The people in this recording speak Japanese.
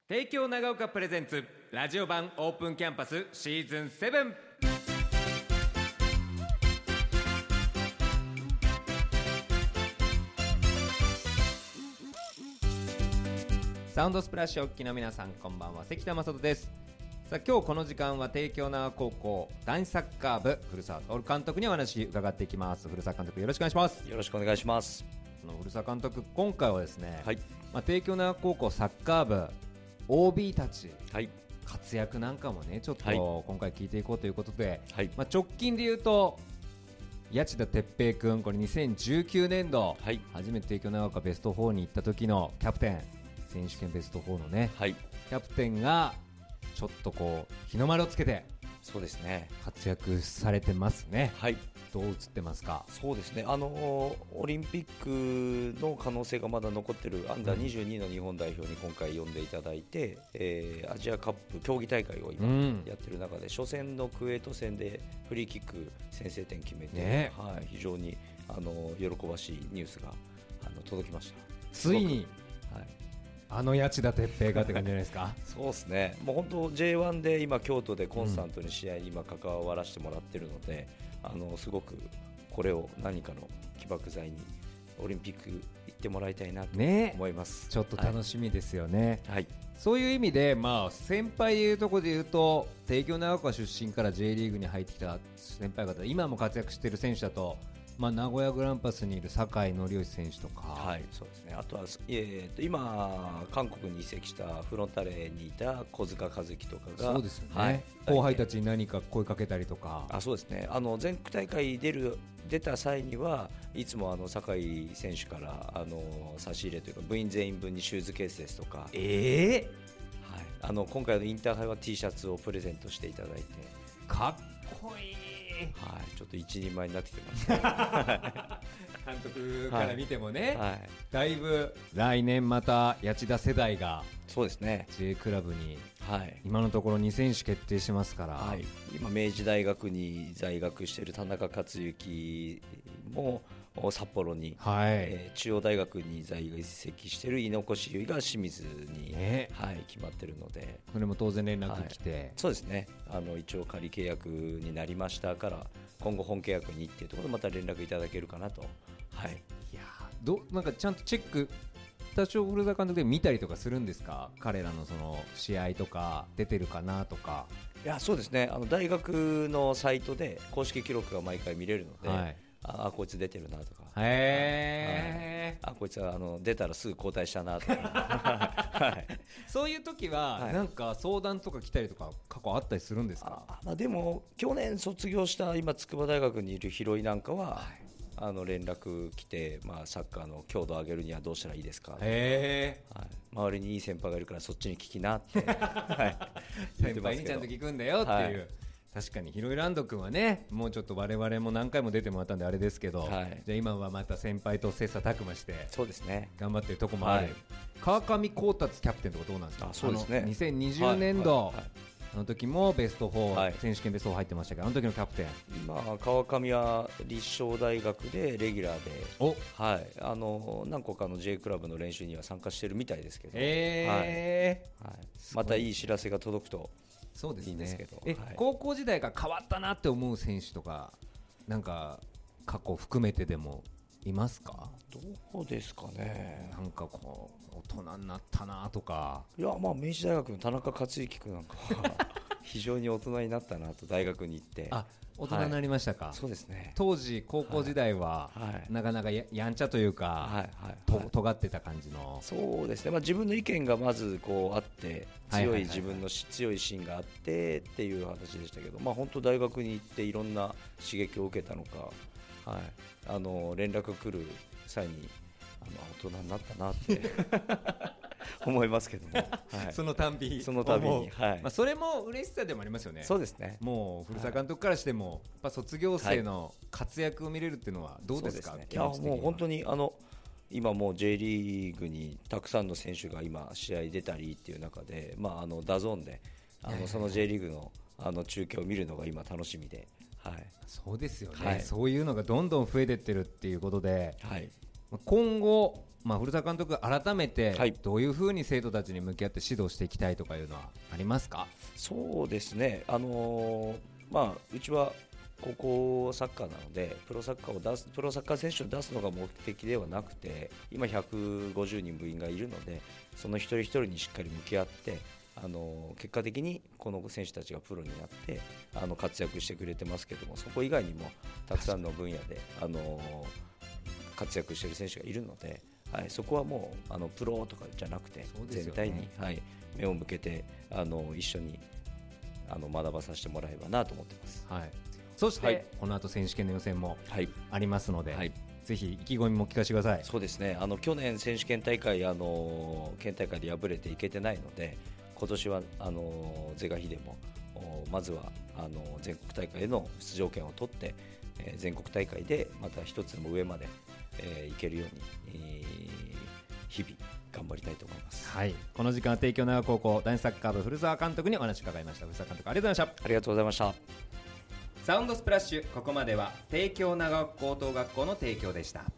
帝京長岡プレゼンツラジオ版オープンキャンパスシーズン7。サウンドスプラッシュお聞きの皆さん、こんばんは。関田正人です。さあ、今日この時間は帝京長岡高校男子サッカー部古澤徹監督にお話伺っていきます。古澤監督、よろしくお願いします。 よろしくお願いします。 古澤監督、今回はですね、 はい、 帝京長岡高校サッカー部 OB たち、 はい、 活躍なんかもねちょっはい、 と今回聞いていこうということで、 はい、 直近で言うと谷地田哲平君、これ2019年度、 はい、 初めて帝京長岡ベスト4に行った時のキャプテン、選手権ベスト4のね、 はい、 キャプテンがちょっとこう日の丸をつけてそうですね、 活躍されてますね。 はい、 どう映ってますか？ そうですね、オリンピックの可能性がまだ残っているアンダー22の日本代表に今回呼んでいただいて、アジアカップ競技大会を今やっている中で、初戦のクウェート戦でフリーキック先制点決めて、 ね、 はい、非常に喜ばしいニュースが届きました。 ついに、 はい、 谷地田哲平がって感じじゃないですか？ そうですね、もう本当 J1 で今京都でコンスタントに試合に今関わらせてもらっているので、すごくこれを何かの起爆剤にオリンピック行ってもらいたいなと思います、 ね、ちょっと楽しみですよね、 はい、 そういう意味で、先輩でいうところでいうと帝京長岡出身から J リーグに入ってきた先輩方、今も活躍している選手だと、名古屋グランパスにいる酒井紀義選手とか、 はい、そうですね、あとは、今韓国に移籍したフロンターレにいた小塚和樹とかが、 そうですよね、 はい、 後輩たちに何か声かけたりとか、 そうですね、全国大会出た際にはいつも酒井選手から差し入れというか部員全員分にシューズケースですとか、はい、今回のインターハイは T シャツをプレゼントしていただいて、 かっこいい、 はい、ちょっと一人前になってきてます、ね、 監督から見てもね、 はい、 だいぶ来年また谷地田世代がそうですね J クラブに、 はい、 今のところ2選手決定しますから、 はい、今明治大学に在学している田中克之も札幌に、 はい、 中央大学に在籍している猪越優衣が清水に、 ね、 はい、決まっているので、 それも当然連絡来て、 はい、そうですね、一応仮契約になりましたから今後本契約にっていうところでまた連絡いただけるかなと、はい、 いやなんかちゃんとチェック多少古田監督で見たりとかするんですか？彼らのその試合とか出てるかなとか。 いや、そうですね、大学のサイトで公式記録が毎回見れるので、はい、こいつ出てるなとか、 へー、 こいつは出たらすぐ交代したなとか、はい、 そういう時は、はい、なんか相談とか来たりとか過去あったりするんですか？ でも去年卒業した今筑波大学にいるヒロイなんかは、はい、連絡来て、サッカーの強度を上げるにはどうしたらいいですか、 へー、 はい、周りにいい先輩がいるからそっちに聞きなって、はい、 先輩にちゃんと聞くんだよっていう、はい、確かにヒロイランド君はね、もうちょっと我々も何回も出てもらったんであれですけど、はい、じゃあ今はまた先輩と切磋琢磨してそうですね、 頑張ってるとこもある、はい、川上光達キャプテンとかどうなんですか？ そうですね、 2020年度、 はいはいはい、 あの時もベスト4、 はい、 選手権ベスト4入ってましたけど、あの時のキャプテン、 今川上は立正大学でレギュラーで、はい、何個かの J クラブの練習には参加してるみたいですけど、はい、またいい知らせが届くといいんですけど、 高校時代が変わったなって思う選手とか、なんか過去含めてでもいますか？ どうですかね、 なんかこう大人になったなとか。 いや、明治大学の田中克之君なんかは非常に大人になったなと、大学に行って大人になりましたか？はい、 そうですね、 当時高校時代は、はい、なかなか やんちゃというか、はいはいはい、尖ってた感じの。 そうですね、自分の意見がまずこうあって、強い自分の強い芯があってっていう話でしたけど、本当大学に行っていろんな刺激を受けたのか、はい、連絡来る際に大人になったなって思いますけども、はい、 そのたんびに、はい、それも嬉しさでもありますよね。 そうですね、 もう古澤監督からしても、やっぱ卒業生の活躍を見れるっていうのはどうですか？ いや、もう本当に今もう J リーグにたくさんの選手が今試合出たりっていう中で、ダゾーンでその J リーグの中継を見るのが今楽しみで、はい、 そうですよね、はい、そういうのがどんどん増えてってるっていうことで、 はい、 今後、 古澤監督改めてはいどういうふうに生徒たちに向き合って指導していきたいとかいうのはありますか？ そうですね、うちは高校サッカーなのでプロサッカー選手を出すのが目的ではなくて、今150人部員がいるので、その一人一人にしっかり向き合って、結果的にこの選手たちがプロになって活躍してくれてますけども、そこ以外にもたくさんの分野で活躍している選手がいるので、はい、そこはもうプロとかじゃなくて、全体に、はい、目を向けて一緒に学ばさせてもらえればなと思ってます。 はい、そして、 はい、 この後選手権の予選もはい、 ありますので、 はい、 ぜひ意気込みも聞かせてください。 そうですね、去年選手権大会県大会で敗れていけてないので、今年は是が非でもまずは全国大会への出場権を取って、全国大会でまた一つでも上までいけるように、日々頑張りたいと思います。 はい、この時間は帝京長高校男子サッカー部古澤監督にお話を伺いました。古澤監督、ありがとうございました。 ありがとうございました。 サウンドスプラッシュ、ここまでは帝京長高等学校の提供でした。